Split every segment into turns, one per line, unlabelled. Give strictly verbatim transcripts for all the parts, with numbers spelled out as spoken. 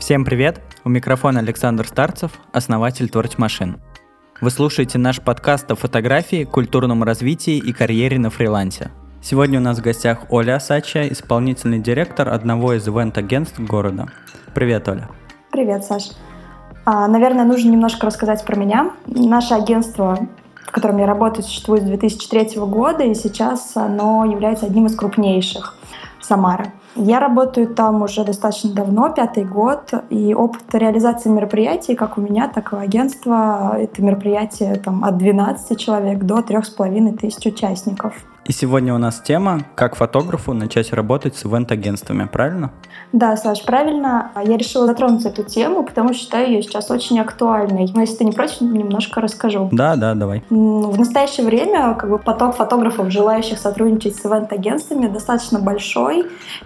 Всем привет! У микрофона Александр Старцев, основатель Torch Machine. Вы слушаете наш подкаст о фотографии, культурном развитии и карьере на фрилансе. Сегодня у нас в гостях Оля Осадчая, исполнительный директор одного из ивент-агентств города. Привет, Оля.
Привет, Саш. А, наверное, нужно немножко рассказать про меня. Наше агентство, в котором я работаю, существует с две тысячи третьего года, и сейчас оно является одним из крупнейших Самары. Я работаю там уже достаточно давно, пятый год, и опыт реализации мероприятий, как у меня, так и у агентства, это мероприятие там, от двенадцати человек до трех с половиной тысяч участников.
И сегодня у нас тема «Как фотографу начать работать с ивент-агентствами», правильно?
Да, Саш, правильно. Я решила затронуть эту тему, потому что считаю ее сейчас очень актуальной. Но если ты не против, немножко расскажу.
Да, да, давай.
В настоящее время как бы, поток фотографов, желающих сотрудничать с ивент-агентствами, достаточно большой.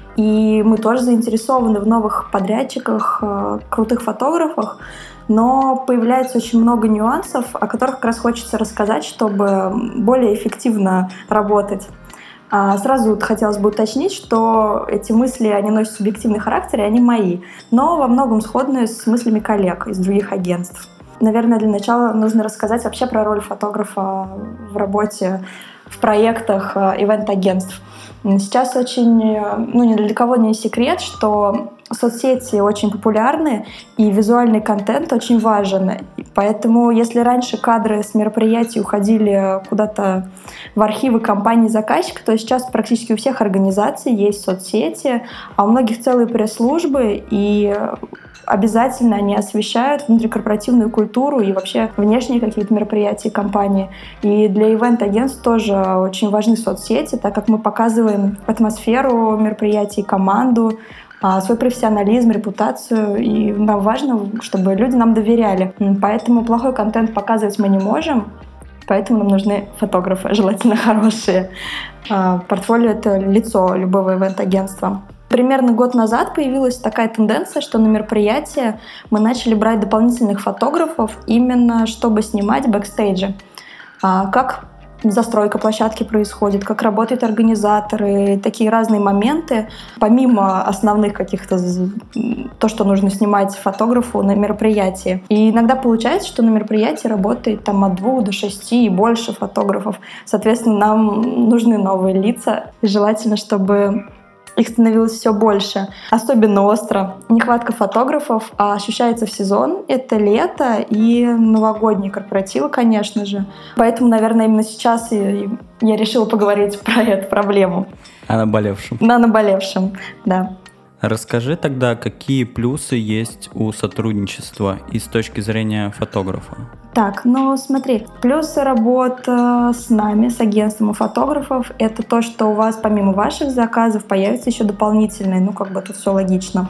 И мы тоже заинтересованы в новых подрядчиках, крутых фотографах. Но появляется очень много нюансов, о которых как раз хочется рассказать, чтобы более эффективно работать. А сразу хотелось бы уточнить, что эти мысли, они носят субъективный характер, и они мои, но во многом сходны с мыслями коллег из других агентств. Наверное, для начала нужно рассказать вообще про роль фотографа в работе, в проектах ивент-агентств. Сейчас очень, ну, ни для кого не секрет, что соцсети очень популярны, и визуальный контент очень важен. Поэтому, если раньше кадры с мероприятий уходили куда-то в архивы компаний-заказчика, то сейчас практически у всех организаций есть соцсети, а у многих целые пресс-службы, и обязательно они освещают внутрикорпоративную культуру и вообще внешние какие-то мероприятия компании. И для ивент-агентств тоже очень важны соцсети, так как мы показываем атмосферу мероприятий, команду, свой профессионализм, репутацию, и нам важно, чтобы люди нам доверяли. Поэтому плохой контент показывать мы не можем, поэтому нам нужны фотографы, желательно хорошие. Портфолио — это лицо любого ивент-агентства. Примерно год назад появилась такая тенденция, что на мероприятия мы начали брать дополнительных фотографов именно чтобы снимать бэкстейджи. Как застройка площадки происходит, как работают организаторы, такие разные моменты, помимо основных каких-то, то, что нужно снимать фотографу на мероприятии. И иногда получается, что на мероприятии работает там от двух до шести и больше фотографов. Соответственно, нам нужны новые лица. Желательно, чтобы их становилось все больше. Особенно остро нехватка фотографов ощущается в сезон. Это лето и новогодние корпоративы, конечно же. Поэтому, наверное, именно сейчас я решила поговорить про эту проблему.
О наболевшем.
На наболевшем, да.
Расскажи тогда, какие плюсы есть у сотрудничества и с точки зрения фотографа?
Так, ну смотри, плюсы работы с нами, с агентством и фотографов, это то, что у вас помимо ваших заказов появятся еще дополнительные, ну как бы тут все логично.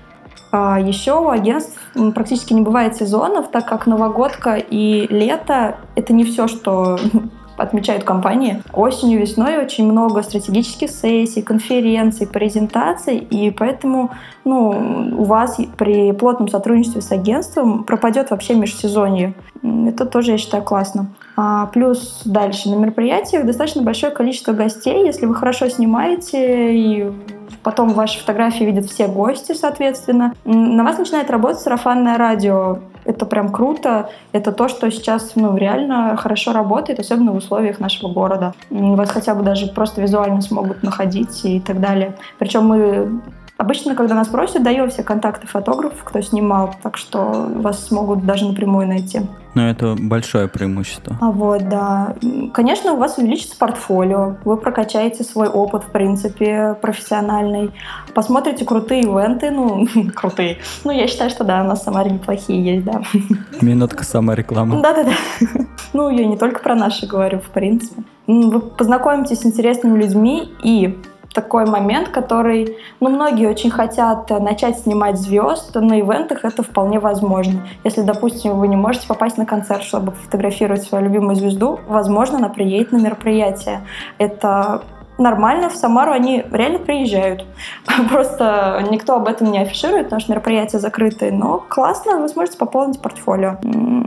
А еще у агентств практически не бывает сезонов, так как новогодка и лето — это не все, что отмечают компании. Осенью, весной очень много стратегических сессий, конференций, презентаций, и поэтому ну, у вас при плотном сотрудничестве с агентством пропадет вообще межсезонье. Это тоже, я считаю, классно. А плюс дальше. На мероприятиях достаточно большое количество гостей. Если вы хорошо снимаете, и потом ваши фотографии видят все гости, соответственно, на вас начинает работать сарафанное радио. Это прям круто. Это то, что сейчас ну, реально хорошо работает, особенно в условиях нашего города. Вас хотя бы даже просто визуально смогут находить и так далее. Причем мы обычно, когда нас просят, даем все контакты фотографов, кто снимал, так что вас смогут даже напрямую найти.
Ну, это большое преимущество.
А вот, да. Конечно, у вас увеличится портфолио, вы прокачаете свой опыт, в принципе, профессиональный, посмотрите крутые ивенты, ну, крутые. Ну, я считаю, что да, у нас в Самаре неплохие есть, да.
Минутка саморекламы.
Да-да-да. Ну, я не только про наши говорю, в принципе. Вы познакомитесь с интересными людьми, и такой момент, который, ну, многие очень хотят начать снимать звезд, на ивентах это вполне возможно. Если, допустим, вы не можете попасть на концерт, чтобы фотографировать свою любимую звезду, возможно, она приедет на мероприятие. Это нормально, в Самару они реально приезжают. Просто никто об этом не афиширует, потому что мероприятия закрытые, но классно, вы сможете пополнить портфолио.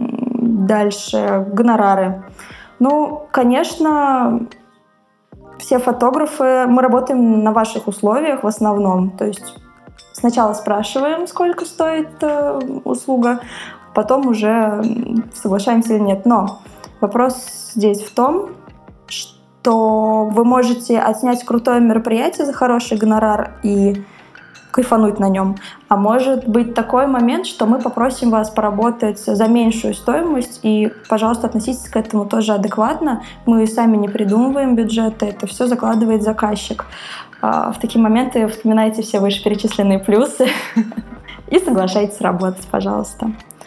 Дальше, гонорары. Ну, конечно, все фотографы, мы работаем на ваших условиях в основном, то есть сначала спрашиваем, сколько стоит э, услуга, потом уже соглашаемся или нет. Но вопрос здесь в том, что вы можете отснять крутое мероприятие за хороший гонорар и кайфануть на нем. А может быть такой момент, что мы попросим вас поработать за меньшую стоимость, и, пожалуйста, относитесь к этому тоже адекватно. Мы сами не придумываем бюджеты, это все закладывает заказчик. В такие моменты вспоминайте все вышеперечисленные плюсы и соглашайтесь работать, пожалуйста.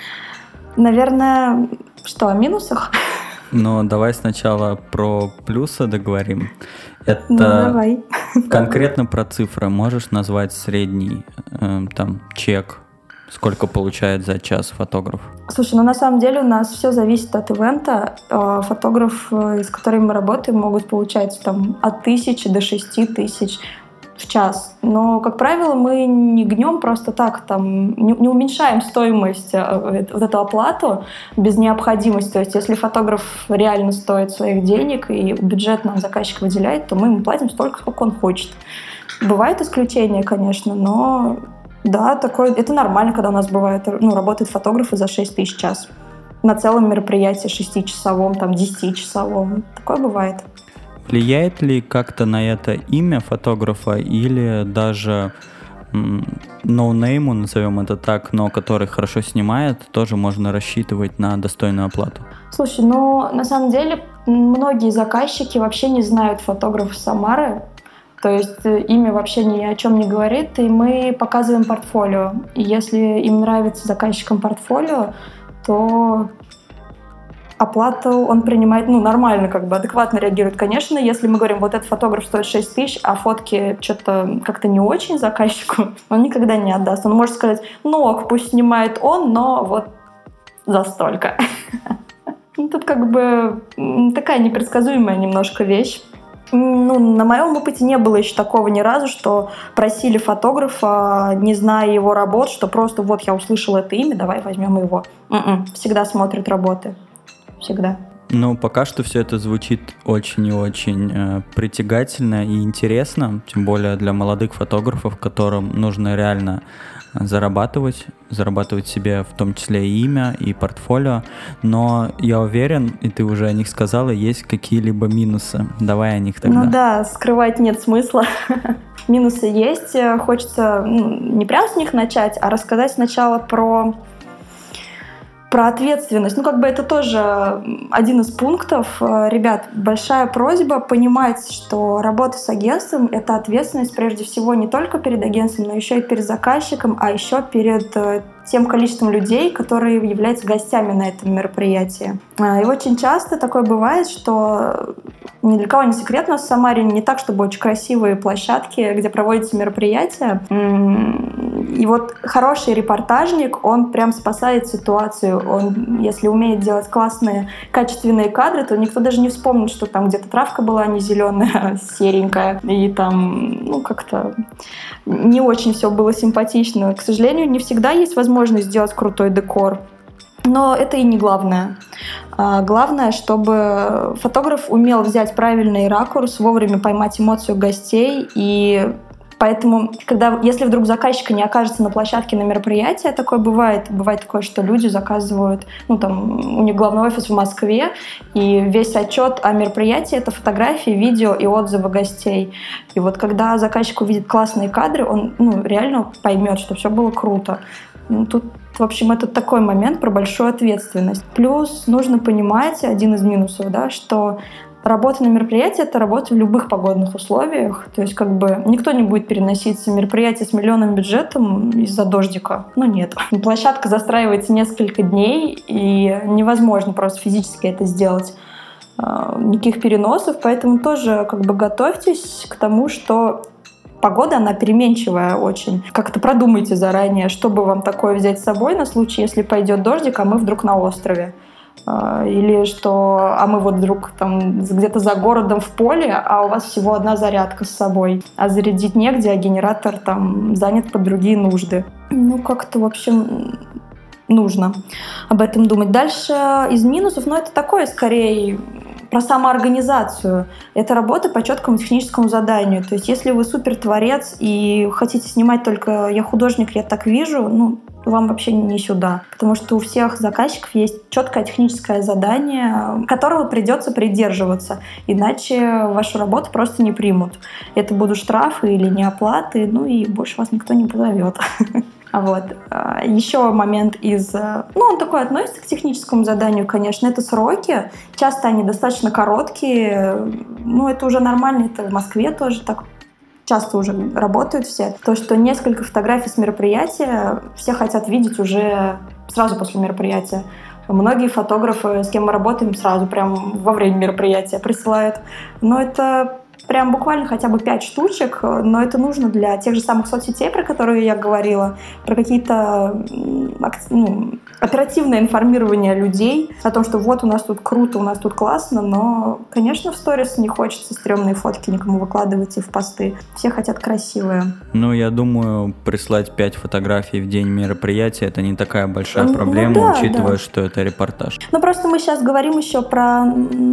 Наверное, что, о минусах?
Но давай сначала про плюсы договорим. Это
ну, давай.
Конкретно про цифры. Можешь назвать средний э, там чек? Сколько получает за час фотограф?
Слушай, ну на самом деле у нас все зависит от ивента. Фотограф, с которым мы работаем, могут получать там от тысячи до шести тысяч в час. Но, как правило, мы не гнем просто так, там, не, не уменьшаем стоимость вот эту оплату без необходимости. То есть, если фотограф реально стоит своих денег и бюджет нам заказчик выделяет, то мы ему платим столько, сколько он хочет. Бывают исключения, конечно, но да, такое, это нормально, когда у нас бывает, ну, работают фотографы за шесть тысяч в час. На целом мероприятии шестичасовом, там, десятичасовом. Такое бывает.
Влияет ли как-то на это имя фотографа или даже ноунейму, назовем это так, но который хорошо снимает, тоже можно рассчитывать на достойную оплату?
Слушай, ну на самом деле многие заказчики вообще не знают фотографа Самары, то есть имя вообще ни о чем не говорит, и мы показываем портфолио. И если им нравится заказчикам портфолио, то оплату он принимает, ну, нормально, как бы, адекватно реагирует. Конечно, если мы говорим, вот этот фотограф стоит шесть тысяч, а фотки что-то как-то не очень заказчику, он никогда не отдаст. Он может сказать, ну ок, пусть снимает он, но вот за столько. Тут как бы такая непредсказуемая немножко вещь. Ну, на моем опыте не было еще такого ни разу, что просили фотографа, не зная его работ, что просто вот я услышала это имя, давай возьмем его. М-м, всегда смотрят работы. Всегда.
Ну, пока что все это звучит очень и очень э, притягательно и интересно, тем более для молодых фотографов, которым нужно реально зарабатывать, зарабатывать себе в том числе и имя, и портфолио. Но я уверен, и ты уже о них сказала, есть какие-либо минусы. Давай о них тогда.
Ну да, скрывать нет смысла. Минусы есть. Хочется ну, не прям с них начать, а рассказать сначала про... Про ответственность. Ну, как бы это тоже один из пунктов. Ребят, большая просьба понимать, что работа с агентством — это ответственность прежде всего не только перед агентством, но еще и перед заказчиком, а еще перед тем количеством людей, которые являются гостями на этом мероприятии. И очень часто такое бывает, что ни для кого не секрет, у нас в Самаре не так, чтобы очень красивые площадки, где проводятся мероприятия. И вот хороший репортажник, он прям спасает ситуацию. Он, если умеет делать классные, качественные кадры, то никто даже не вспомнит, что там где-то травка была не зеленая, а серенькая. И там, ну, как-то не очень все было симпатично. К сожалению, не всегда есть возможность сделать крутой декор. Но это и не главное. Главное, чтобы фотограф умел взять правильный ракурс, вовремя поймать эмоцию гостей. И поэтому, когда, если вдруг заказчика не окажется на площадке на мероприятии, такое бывает. Бывает такое, что люди заказывают, ну там, у них главный офис в Москве, и весь отчет о мероприятии — это фотографии, видео и отзывы гостей. И вот когда заказчик увидит классные кадры, он ну, реально поймет, что все было круто. Ну, тут, в общем, это такой момент про большую ответственность. Плюс нужно понимать, один из минусов, да, что работа на мероприятии — это работа в любых погодных условиях. То есть как бы никто не будет переносить мероприятие с миллионным бюджетом из-за дождика. Ну нет. Площадка застраивается несколько дней, и невозможно просто физически это сделать. Никаких переносов, поэтому тоже как бы готовьтесь к тому, что погода, она переменчивая очень. Как-то продумайте заранее, чтобы вам такое взять с собой на случай, если пойдет дождик, а мы вдруг на острове. Или что, а мы вот вдруг там где-то за городом в поле, а у вас всего одна зарядка с собой, а зарядить негде, а генератор там занят под другие нужды. Ну, как-то, в общем, нужно об этом думать. Дальше из минусов, ну, это такое, скорее, про самоорганизацию. Это работа по четкому техническому заданию. То есть если вы супертворец и хотите снимать только «я художник, я так вижу», ну, вам вообще не сюда. Потому что у всех заказчиков есть четкое техническое задание, которого придется придерживаться. Иначе вашу работу просто не примут. Это будут штрафы или неоплаты, ну и больше вас никто не позовет. Вот. Еще момент из... Ну, он такой относится к техническому заданию, конечно. Это сроки. Часто они достаточно короткие. Ну, это уже нормально. Это в Москве тоже так часто уже работают все. То, что несколько фотографий с мероприятия все хотят видеть уже сразу после мероприятия. Многие фотографы, с кем мы работаем, сразу прям во время мероприятия присылают. Но это прям буквально хотя бы пять штучек, но это нужно для тех же самых соцсетей, про которые я говорила, про какие-то ну, оперативное информирование людей о том, что вот у нас тут круто, у нас тут классно, но, конечно, в сторис не хочется стрёмные фотки никому выкладывать и в посты. Все хотят красивые.
Ну, я думаю, прислать пять фотографий в день мероприятия — это не такая большая
ну,
проблема,
да,
учитывая,
да.
что это репортаж.
Ну, просто мы сейчас говорим еще про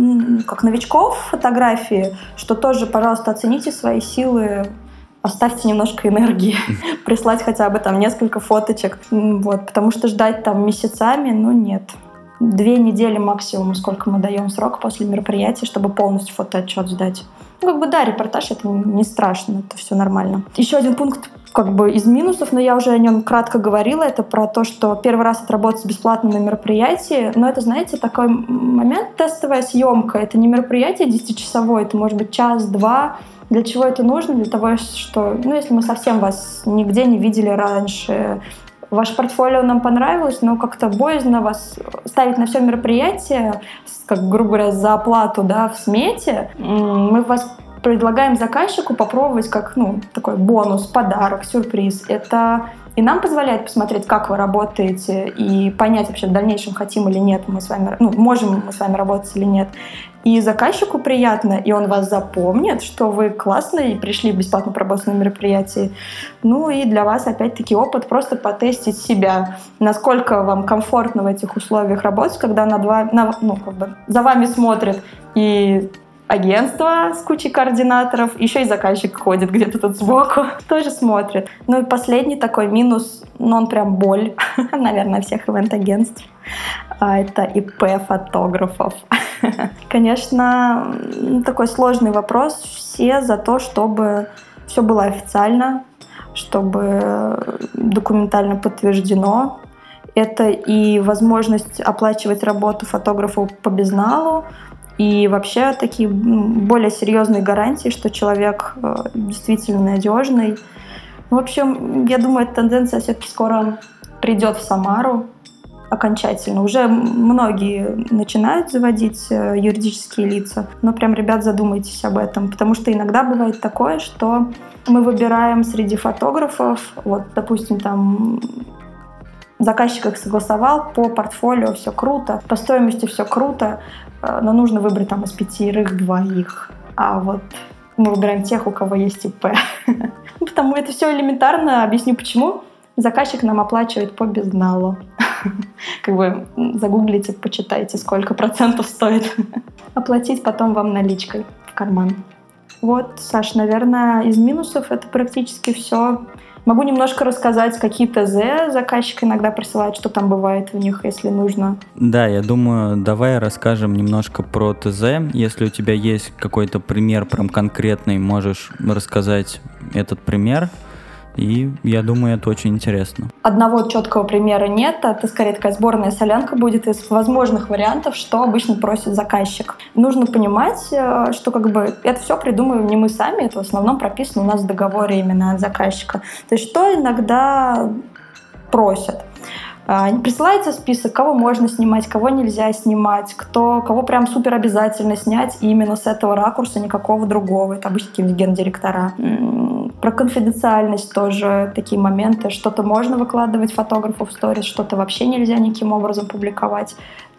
как новичков фотографии, что тоже, пожалуйста, оцените свои силы, оставьте немножко энергии, прислать хотя бы там несколько фоточек, вот, потому что ждать там месяцами, ну, нет. Две недели максимум, сколько мы даем срок после мероприятия, чтобы полностью фотоотчет сдать. Ну, как бы, да, репортаж — это не страшно, это все нормально. Еще один пункт как бы из минусов, но я уже о нем кратко говорила, это про то, что первый раз отработать бесплатно на мероприятии, но это, знаете, такой момент, тестовая съемка, это не мероприятие десятичасовое, это может быть час-два. Для чего это нужно? Для того, что, ну, если мы совсем вас нигде не видели раньше, ваше портфолио нам понравилось, но как-то боязно вас ставить на все мероприятие, как, грубо говоря, за оплату, да, в смете, мы вас предлагаем заказчику попробовать как, ну, такой бонус, подарок, сюрприз. Это и нам позволяет посмотреть, как вы работаете, и понять вообще в дальнейшем, хотим или нет мы с вами, ну, можем мы с вами работать или нет. И заказчику приятно, и он вас запомнит, что вы классные и пришли бесплатно поработать на мероприятии. Ну и для вас опять-таки опыт просто потестить себя, насколько вам комфортно в этих условиях работать, когда над вами, на, ну, как бы за вами смотрят и агентство с кучей координаторов, еще и заказчик ходит где-то тут сбоку, тоже смотрит. Ну и последний такой минус, ну он прям боль, наверное, всех ивент-агентств, это ИП фотографов. Конечно, такой сложный вопрос. Все за то, чтобы все было официально, чтобы документально подтверждено. Это и возможность оплачивать работу фотографу по безналу, и вообще такие более серьезные гарантии, что человек действительно надежный. В общем, я думаю, эта тенденция все-таки скоро придет в Самару окончательно. Уже многие начинают заводить юридические лица, но прям, ребят, задумайтесь об этом, потому что иногда бывает такое, что мы выбираем среди фотографов, вот, допустим, там заказчик их согласовал, по портфолио все круто, по стоимости все круто, но нужно выбрать там из пятерых двоих. А вот мы выбираем тех, у кого есть ИП. Потому это все элементарно. Объясню почему. Заказчик нам оплачивает по безналу. Как бы загуглите, почитайте, сколько процентов стоит. Оплатить потом вам наличкой в карман. Вот, Саш, наверное, из минусов это практически все. Могу немножко рассказать, какие ТЗ заказчик иногда присылает, что там бывает у них, если нужно.
Да, я думаю, давай расскажем немножко про ТЗ. Если у тебя есть какой-то пример прям конкретный, можешь рассказать этот пример. И я думаю, это очень интересно.
Одного четкого примера нет. Это скорее такая сборная солянка будет из возможных вариантов, что обычно просит заказчик. Нужно понимать, что как бы это все придумываем не мы сами, это в основном прописано у нас в договоре именно от заказчика. То есть что иногда просят? Присылается список, кого можно снимать, кого нельзя снимать, кто, кого прям супер обязательно снять именно с этого ракурса, никакого другого. Это обычно какие-нибудь гендиректора. Про конфиденциальность тоже такие моменты. Что-то можно выкладывать фотографу в сторис, что-то вообще нельзя никаким образом публиковать.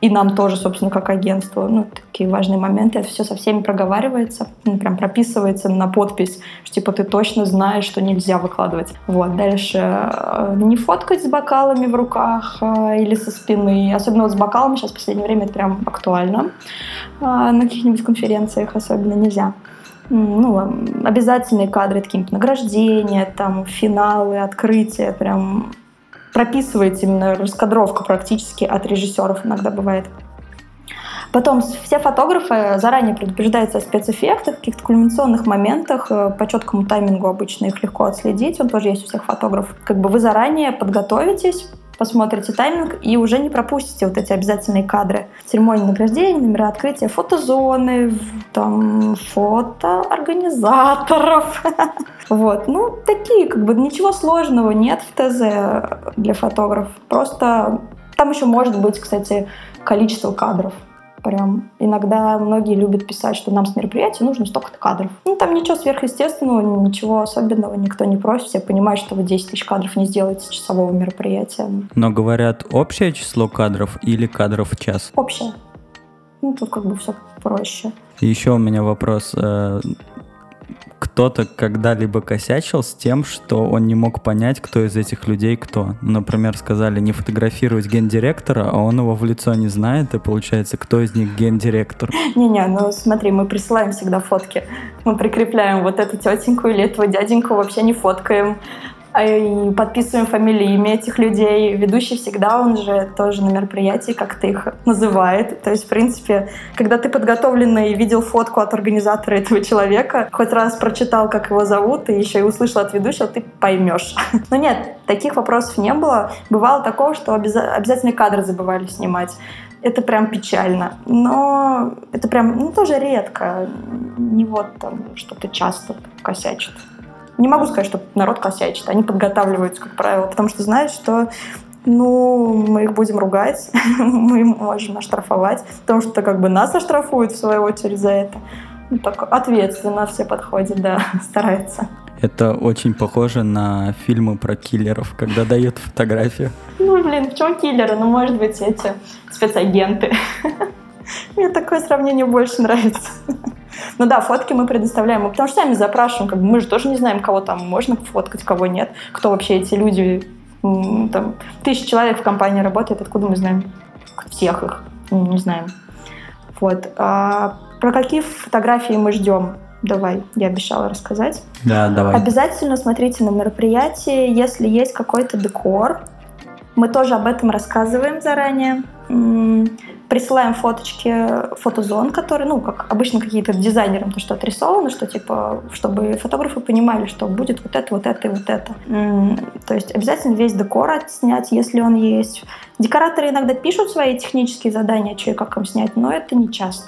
И нам тоже, собственно, как агентству. Ну, такие важные моменты. Это все со всеми проговаривается, ну, прям прописывается на подпись, что типа ты точно знаешь, что нельзя выкладывать. Вот. Дальше не фоткать с бокалами в руках или со спины. Особенно вот с бокалами сейчас в последнее время это прям актуально. На каких-нибудь конференциях особенно нельзя. Ну, обязательные кадры, какие-нибудь награждения, там, финалы, открытия, прям прописывается именно раскадровка практически от режиссеров иногда бывает. Потом все фотографы заранее предупреждаются о спецэффектах, каких-то кульминационных моментах, по четкому таймингу обычно их легко отследить, он тоже есть у всех фотографов. Как бы вы заранее подготовитесь, посмотрите тайминг и уже не пропустите вот эти обязательные кадры. Церемонии награждения, номера открытия, фотозоны, там, фото организаторов. Вот. Ну, такие, как бы, ничего сложного нет в ТЗ для фотографов. Просто там еще может быть, кстати, количество кадров. Прям иногда многие любят писать, что нам с мероприятия нужно столько-то кадров. Ну, там ничего сверхъестественного, ничего особенного никто не просит. Все понимают, что вы десять тысяч кадров не сделаете с часового мероприятия.
Но говорят, общее число кадров или кадров в час?
Общее. Ну, тут как бы все проще.
Еще у меня вопрос. Кто-то когда-либо косячил с тем, что он не мог понять, кто из этих людей кто. Например, сказали не фотографировать гендиректора, а он его в лицо не знает, и получается, кто из них гендиректор?
Не-не, ну смотри, мы присылаем всегда фотки. Мы прикрепляем вот эту тетеньку или этого дяденьку, вообще не фоткаем. И подписываем фамилии, имя этих людей. Ведущий всегда, он же тоже на мероприятии как-то их называет. То есть, в принципе, когда ты подготовленный и видел фотку от организатора этого человека, хоть раз прочитал, как его зовут, и еще и услышал от ведущего, ты поймешь. Но нет, таких вопросов не было. Бывало такого, что обязательно кадры забывали снимать. Это прям печально. Но это прям, ну, тоже редко. Не вот там что-то часто косячит. Не могу сказать, что народ косячит. Они подготавливаются, как правило, потому что знают, что ну, мы их будем ругать, мы им можем оштрафовать, потому что как бы нас оштрафуют в свою очередь за это. Ну, так ответственно все подходят, да, стараются.
Это очень похоже на фильмы про киллеров, когда дают фотографию.
Ну, блин, в чем киллеры? Ну, может быть, эти спецагенты. Мне такое сравнение больше нравится. Ну да, фотки мы предоставляем, потому что сами запрашиваем, как бы мы же тоже не знаем, кого там можно фоткать, кого нет, кто вообще эти люди, там, тысяча человек в компании работает, откуда мы знаем всех их, не знаем. Вот. А про какие фотографии мы ждем? Давай, я обещала рассказать.
Да, давай.
Обязательно смотрите на мероприятии, если есть какой-то декор, мы тоже об этом рассказываем заранее. Присылаем фоточки, фотозон, которые, ну, как обычно какие-то дизайнерам то, что отрисовано, что типа, чтобы фотографы понимали, что будет вот это, вот это и вот это. То есть обязательно весь декор отснять, если он есть. Декораторы иногда пишут свои технические задания, что и как им снять, но это не часто.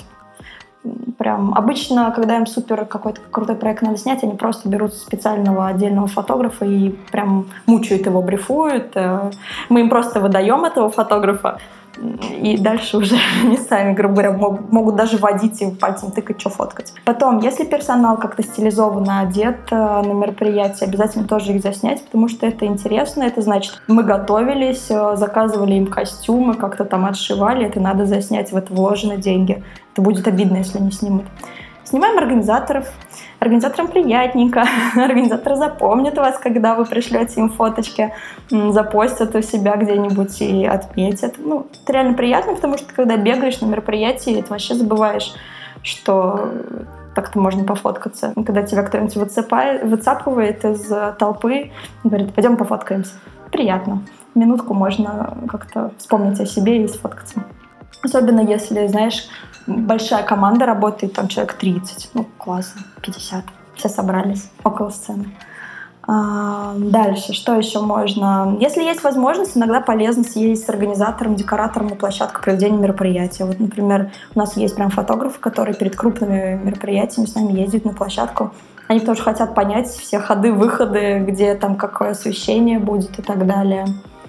Прям обычно, когда им супер какой-то крутой проект надо снять, они просто берут специального отдельного фотографа и прям мучают его, брифуют. Мы им просто выдаем этого фотографа, и дальше уже они сами, грубо говоря, могут даже водить и пальцем тыкать, что фоткать. Потом, если персонал как-то стилизованно одет на мероприятии, обязательно тоже их заснять, потому что это интересно. Это значит, мы готовились, заказывали им костюмы, как-то там отшивали. Это надо заснять, в это вложены деньги. Это будет обидно, если не снимут. Снимаем организаторов. Организаторам приятненько. Организаторы запомнят вас, когда вы пришлете им фоточки, запостят у себя где-нибудь и отметят. Ну, это реально приятно, потому что когда бегаешь на мероприятии, ты вообще забываешь, что так-то можно пофоткаться. И когда тебя кто-нибудь выцапывает из толпы, говорит, пойдем пофоткаемся. Приятно. Минутку можно как-то вспомнить о себе и сфоткаться. Особенно если, знаешь, большая команда работает, там человек тридцать. Ну, классно, пятьдесят. Все собрались около сцены. А, дальше, что еще можно? Если есть возможность, иногда полезно съездить с организатором, декоратором на площадку проведения мероприятия. Вот, например, у нас есть прям фотографы, которые перед крупными мероприятиями с нами ездят на площадку. Они тоже хотят понять все ходы, выходы, где там какое освещение будет и так далее.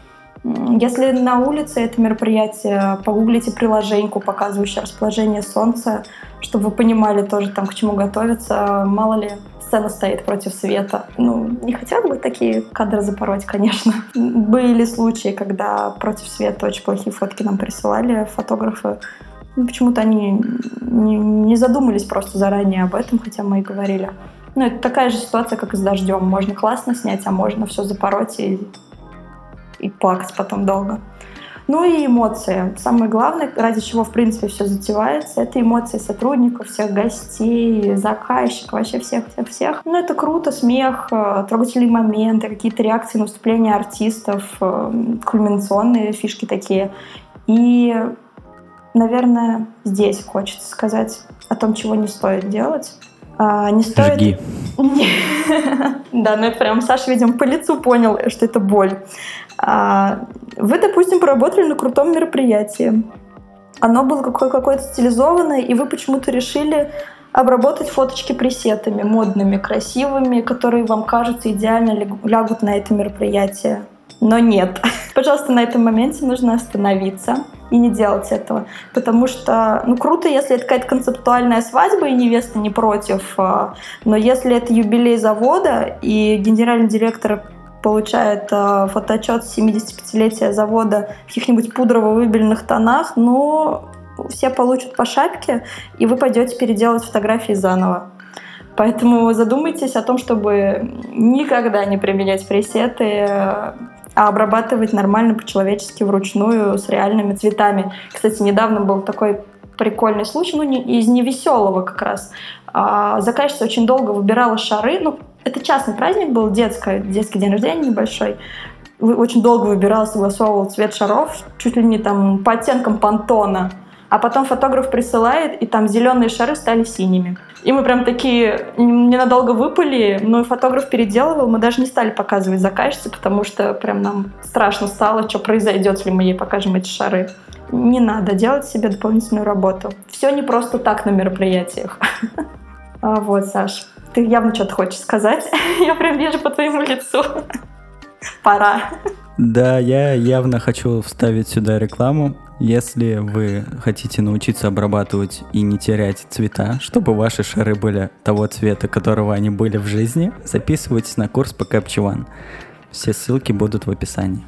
Если на улице это мероприятие, погуглите приложеньку, показывающее расположение солнца, чтобы вы понимали тоже, там, к чему готовиться. Мало ли, с сцена стоит против света. Ну, не хотела бы такие кадры запороть, конечно. Были случаи, когда против света очень плохие фотки нам присылали фотографы. Ну, почему-то они не, не задумались просто заранее об этом, хотя мы и говорили. Ну, это такая же ситуация, как и с дождем. Можно классно снять, а можно все запороть и, и плакать потом долго. Ну и эмоции. Самое главное, ради чего, в принципе, все затевается, это эмоции сотрудников, всех гостей, заказчиков, вообще всех-всех-всех. Ну, это круто, смех, трогательные моменты, какие-то реакции на выступления артистов, кульминационные фишки такие. И, наверное, здесь хочется сказать о том, чего не стоит делать. А, не стоит...
Жги.
Да, ну это прям Саша, видимо, по лицу понял, что это боль. Вы, допустим, поработали на крутом мероприятии. Оно было какое-то стилизованное, и вы почему-то решили обработать фоточки пресетами модными, красивыми, которые вам кажутся идеально лягут на это мероприятие. Но нет. Пожалуйста, на этом моменте нужно остановиться и не делать этого. Потому что, ну, круто, если это какая-то концептуальная свадьба, и невеста не против. Но если это юбилей завода, и генеральный директор получает э, фотоотчет с семидесятипятилетия завода в каких-нибудь пудрово-выбеленных тонах, ну, все получат по шапке, и вы пойдете переделать фотографии заново. Поэтому задумайтесь о том, чтобы никогда не применять пресеты, а обрабатывать нормально, по-человечески, вручную, с реальными цветами. Кстати, недавно был такой прикольный случай, ну, не, из невеселого как раз. А, заказчица очень долго выбирала шары, ну, это частный праздник был, детский, детский день рождения небольшой. Очень долго выбирала, согласовывала цвет шаров, чуть ли не там по оттенкам Пантона. А потом фотограф присылает, и там зеленые шары стали синими. И мы прям такие ненадолго выпали, но фотограф переделывал, мы даже не стали показывать заказчице, потому что прям нам страшно стало, что произойдет, если мы ей покажем эти шары. Не надо делать себе дополнительную работу. Все не просто так на мероприятиях. Вот, Саш, ты явно что-то хочешь сказать. Я прям вижу по твоему лицу. Пора.
Да, я явно хочу вставить сюда рекламу. Если вы хотите научиться обрабатывать и не терять цвета, чтобы ваши шары были того цвета, которого они были в жизни, записывайтесь на курс по Capture One. Все ссылки будут в описании.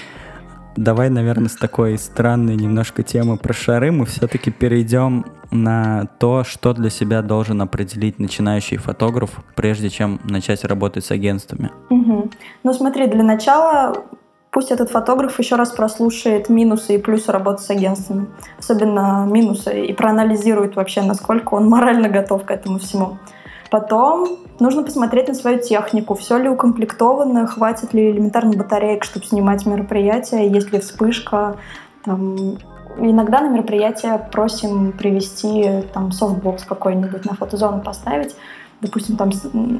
Давай, наверное, с такой странной немножко темы про шары мы все-таки перейдем на то, что для себя должен определить начинающий фотограф, прежде чем начать работать с агентствами.
Угу. Ну смотри, для начала пусть этот фотограф еще раз прослушает минусы и плюсы работы с агентствами, особенно минусы, и проанализирует вообще, насколько он морально готов к этому всему. Потом нужно посмотреть на свою технику, все ли укомплектовано, хватит ли элементарно батареек, чтобы снимать мероприятие, есть ли вспышка. Там. Иногда на мероприятие просим привезти там, софтбокс какой-нибудь, на фотозону поставить. Допустим, там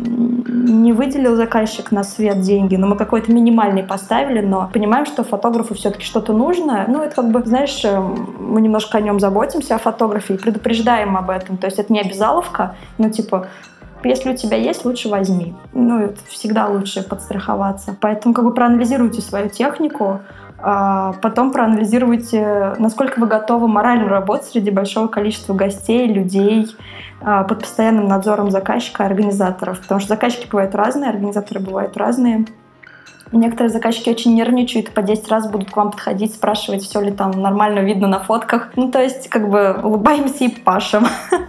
не выделил заказчик на свет деньги, но мы какой-то минимальный поставили, но понимаем, что фотографу все-таки что-то нужно. Ну, это как бы, знаешь, мы немножко о нем заботимся, о фотографе, и предупреждаем об этом. То есть это не обязаловка, но типа если у тебя есть, лучше возьми. Ну, это всегда лучше подстраховаться. Поэтому как бы проанализируйте свою технику, а потом проанализируйте, насколько вы готовы морально работать среди большого количества гостей, людей, под постоянным надзором заказчика и организаторов. Потому что заказчики бывают разные, организаторы бывают разные. Некоторые заказчики очень нервничают и по десять раз будут к вам подходить, спрашивать, все ли там нормально видно на фотках. Ну, то есть, как бы улыбаемся и пашем.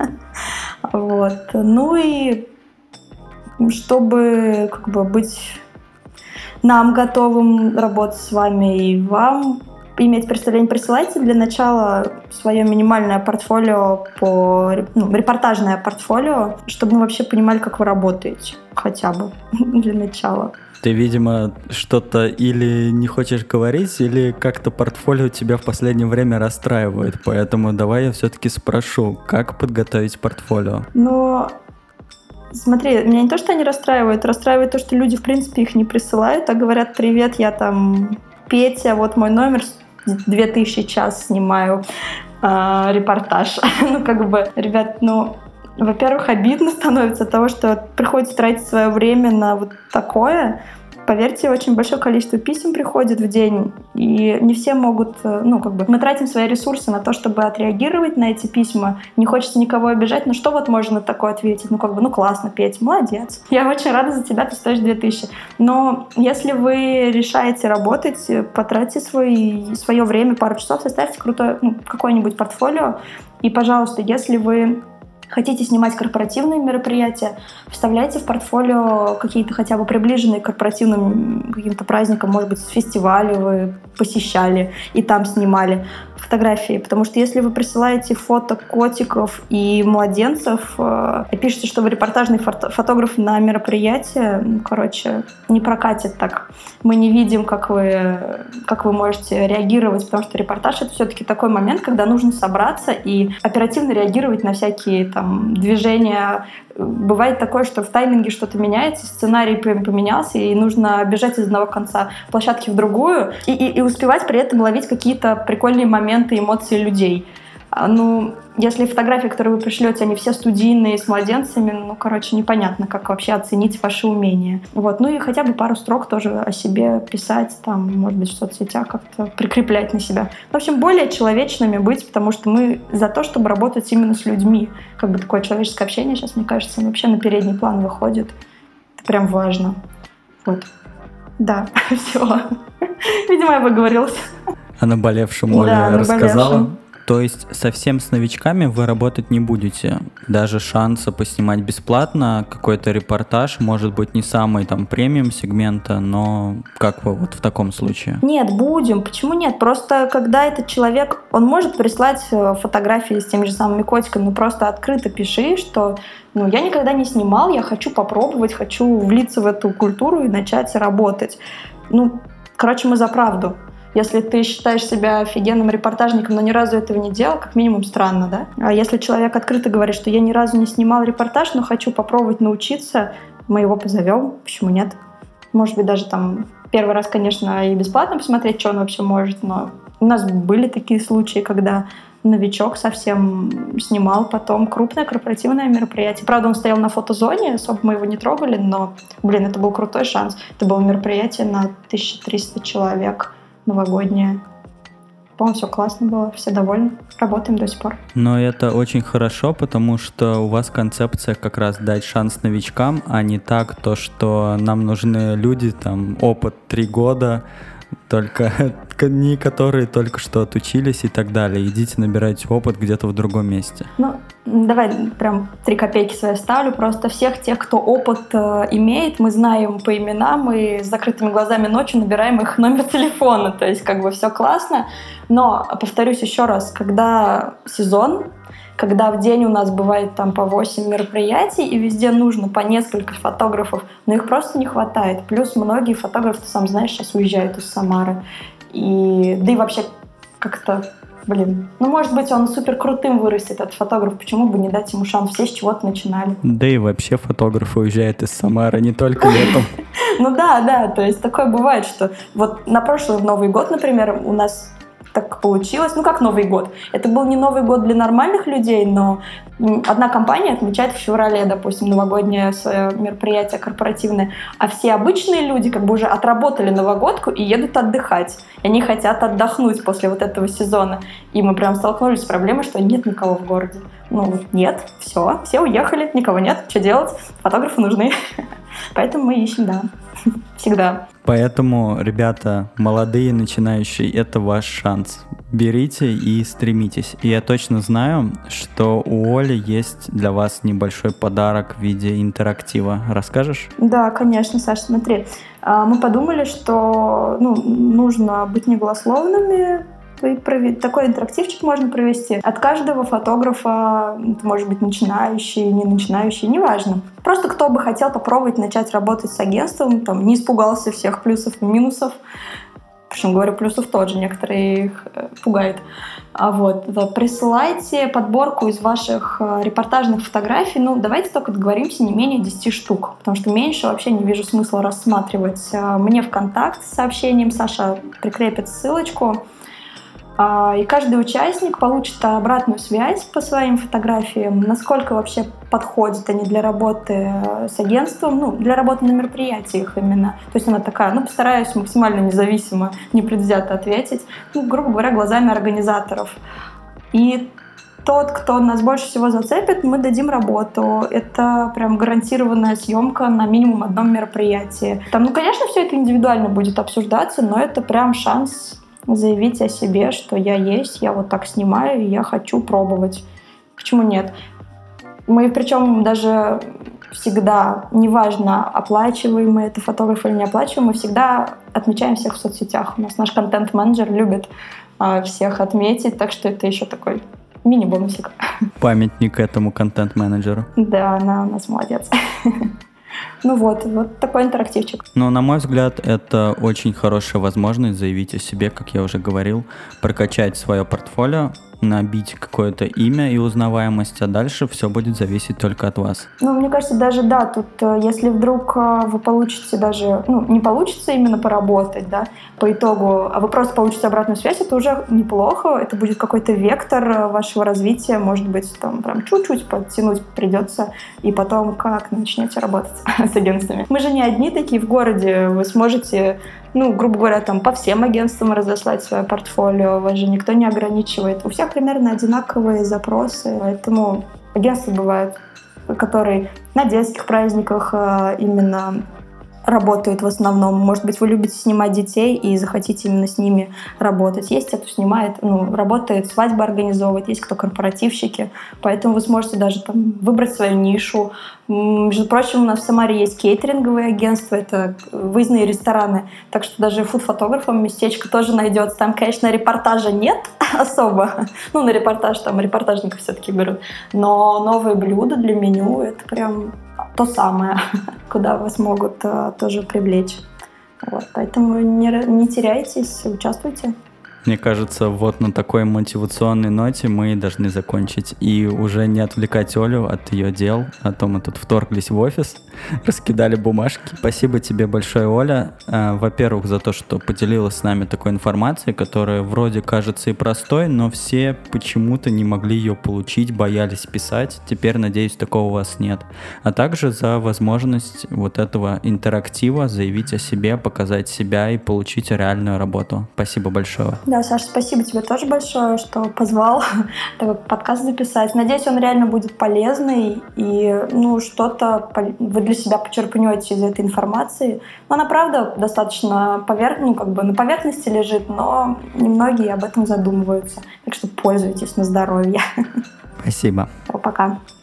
Вот. Ну и чтобы как бы быть нам готовым работать с вами и вам иметь представление, присылайте для начала свое минимальное портфолио, по, ну, репортажное портфолио, чтобы мы вообще понимали, как вы работаете, хотя бы для начала.
Ты, видимо, что-то или не хочешь говорить, или как-то портфолио тебя в последнее время расстраивает, поэтому давай я все-таки спрошу, как подготовить портфолио?
Ну, смотри, меня не то, что они расстраивают, расстраивает то, что люди, в принципе, их не присылают, а говорят: привет, я там Петя, вот мой номер, две тысячи час снимаю э, репортаж. Ну, как бы, ребят, ну, во-первых, обидно становится от того, что приходится тратить свое время на вот такое. Поверьте, очень большое количество писем приходит в день, и не все могут, ну, как бы, мы тратим свои ресурсы на то, чтобы отреагировать на эти письма. Не хочется никого обижать, но что вот можно на такое ответить? Ну, как бы, ну, классно, Петь, молодец. Я очень рада за тебя, ты стоишь две тысячи. Но если вы решаете работать, потратьте свой, свое время, пару часов, составьте крутое, ну, какое-нибудь портфолио. И, пожалуйста, если вы хотите снимать корпоративные мероприятия, вставляйте в портфолио какие-то хотя бы приближенные к корпоративным каким-то праздникам, может быть, фестивали вы посещали и там снимали фотографии. Потому что если вы присылаете фото котиков и младенцев и пишете, что вы репортажный фото- фотограф на мероприятие, ну, короче, не прокатит так. Мы не видим, как вы, как вы можете реагировать, потому что репортаж — это все-таки такой момент, когда нужно собраться и оперативно реагировать на всякие там движения. Бывает такое, что в тайминге что-то меняется, сценарий поменялся, и нужно бежать из одного конца площадки в другую и, и, и успевать при этом ловить какие-то прикольные моменты, эмоции людей. Ну, если фотографии, которые вы пришлете, они все студийные, с младенцами, ну, короче, непонятно, как вообще оценить ваши умения. Вот. Ну и хотя бы пару строк тоже о себе писать, там, может быть, в соцсетях как-то прикреплять на себя. В общем, более человечными быть, потому что мы за то, чтобы работать именно с людьми. Как бы такое человеческое общение сейчас, мне кажется, вообще на передний план выходит. Это прям важно. Вот. Да, все. Видимо, я выговорилась.
О наболевшем Оля рассказала. То есть совсем с новичками вы работать не будете? Даже шанса поснимать бесплатно какой-то репортаж, может быть, не самый там премиум сегмента, но как вы вот в таком случае?
Нет, будем. Почему нет? Просто когда этот человек, он может прислать фотографии с теми же самыми котиками, но просто открыто пиши, что ну, я никогда не снимал, я хочу попробовать, хочу влиться в эту культуру и начать работать. Ну, короче, мы за правду. Если ты считаешь себя офигенным репортажником, но ни разу этого не делал, как минимум странно, да? А если человек открыто говорит, что я ни разу не снимал репортаж, но хочу попробовать научиться, мы его позовем, почему нет? Может быть, даже там первый раз, конечно, и бесплатно посмотреть, что он вообще может, но у нас были такие случаи, когда новичок совсем снимал потом крупное корпоративное мероприятие. Правда, он стоял на фотозоне, особо мы его не трогали, но, блин, это был крутой шанс. Это было мероприятие на тысяча триста человек. Новогодняя. По-моему, все классно было, все довольны. Работаем до сих пор.
Но это очень хорошо, потому что у вас концепция как раз дать шанс новичкам, а не так то, что нам нужны люди, там, опыт три года, только не которые только что отучились и так далее. Идите набирайте опыт где-то в другом месте.
Ну, давай прям три копейки свои ставлю. Просто всех тех, кто опыт э, имеет, мы знаем по именам и с закрытыми глазами ночью набираем их номер телефона. То есть как бы все классно. Но, повторюсь еще раз, когда сезон, когда в день у нас бывает там по восемь мероприятий, и везде нужно по несколько фотографов, но их просто не хватает. Плюс многие фотографы, ты сам знаешь, сейчас уезжают из Самары. И, да и вообще как-то, блин, ну, может быть, он супер крутым вырастет, этот фотограф, почему бы не дать ему шанс? Все с чего-то начинали.
Да и вообще фотографы уезжают из Самары не только летом.
Ну да, да, то есть такое бывает, что вот на прошлый Новый год, например, у нас так получилось. Ну, как Новый год? Это был не Новый год для нормальных людей, но одна компания отмечает в феврале, допустим, новогоднее свое мероприятие корпоративное, а все обычные люди как бы уже отработали новогодку и едут отдыхать. И они хотят отдохнуть после вот этого сезона. И мы прям столкнулись с проблемой, что нет никого в городе. Ну, нет, все, все уехали, никого нет, что делать? Фотографы нужны. Поэтому мы ищем, да, всегда.
Поэтому, ребята, молодые, начинающие, это ваш шанс. Берите и стремитесь. И я точно знаю, что у Оли есть для вас небольшой подарок в виде интерактива. Расскажешь?
Да, конечно, Саша, смотри. Мы подумали, что ну, нужно быть неголословными. Такой интерактивчик можно провести. От каждого фотографа, это может быть начинающий, не начинающий, неважно. Просто кто бы хотел попробовать начать работать с агентством, там, не испугался всех плюсов и минусов. Причем, говорю, плюсов тоже, некоторые их пугает. А вот, да, присылайте подборку из ваших репортажных фотографий. Ну, давайте только договоримся, не менее десяти штук, потому что меньше вообще не вижу смысла рассматривать. Мне в контакт с сообщением Саша прикрепит ссылочку. И каждый участник получит обратную связь по своим фотографиям, насколько вообще подходят они для работы с агентством, ну, для работы на мероприятиях именно. То есть она такая, ну, постараюсь максимально независимо, непредвзято ответить, ну, грубо говоря, глазами организаторов. И тот, кто нас больше всего зацепит, мы дадим работу. Это прям гарантированная съемка на минимум одном мероприятии. Там, ну, конечно, все это индивидуально будет обсуждаться, но это прям шанс заявить о себе, что я есть, я вот так снимаю, и я хочу пробовать. Почему нет? Мы, причем даже всегда, неважно, оплачиваем мы это фотограф или не оплачиваем, мы всегда отмечаем всех в соцсетях. У нас наш контент-менеджер любит а, всех отметить, так что это еще такой мини-бонусик.
Памятник этому контент-менеджеру.
Да, она у нас молодец. Ну вот, вот такой интерактивчик.
Но, на мой взгляд, это очень хорошая возможность заявить о себе, как я уже говорил, прокачать свое портфолио, набить какое-то имя и узнаваемость, а дальше все будет зависеть только от вас.
Ну, мне кажется, даже да, тут, если вдруг вы получите даже, ну, не получится именно поработать, да, по итогу, а вы просто получите обратную связь, это уже неплохо, это будет какой-то вектор вашего развития, может быть, там, прям чуть-чуть подтянуть придется, и потом как начнете работать с агентствами. Мы же не одни такие в городе, вы сможете, ну, грубо говоря, там, по всем агентствам разослать свое портфолио, вас же никто не ограничивает. У всех примерно одинаковые запросы, поэтому агентства бывают, которые на детских праздниках именно работают в основном. Может быть, вы любите снимать детей и захотите именно с ними работать. Есть те, кто снимает, ну, работает, свадьбы организовывает, есть кто корпоративщики. Поэтому вы сможете даже там выбрать свою нишу. Между прочим, у нас в Самаре есть кейтеринговые агентства, это выездные рестораны. Так что даже фуд-фотографам местечко тоже найдется. Там, конечно, репортажа нет особо. Ну, на репортаж там репортажников все-таки берут. Но новые блюда для меню — это прям то самое, куда вас могут а, тоже привлечь. Вот, поэтому не, не теряйтесь, участвуйте.
Мне кажется, вот на такой мотивационной ноте мы должны закончить и уже не отвлекать Олю от ее дел. А то мы тут вторглись в офис, раскидали бумажки. Спасибо тебе большое, Оля. Во-первых, за то, что поделилась с нами такой информацией, которая вроде кажется и простой, но все почему-то не могли ее получить, боялись писать. Теперь, надеюсь, такого у вас нет. А также за возможность вот этого интерактива заявить о себе, показать себя и получить реальную работу. Спасибо большое.
Да, Саша, спасибо тебе тоже большое, что позвал такой подкаст записать. Надеюсь, он реально будет полезный, и ну, что-то вы для себя почерпнете из этой информации. Но она, правда, достаточно поверх... ну, как бы на поверхности лежит, но немногие об этом задумываются. Так что пользуйтесь на здоровье.
Спасибо.
Пока.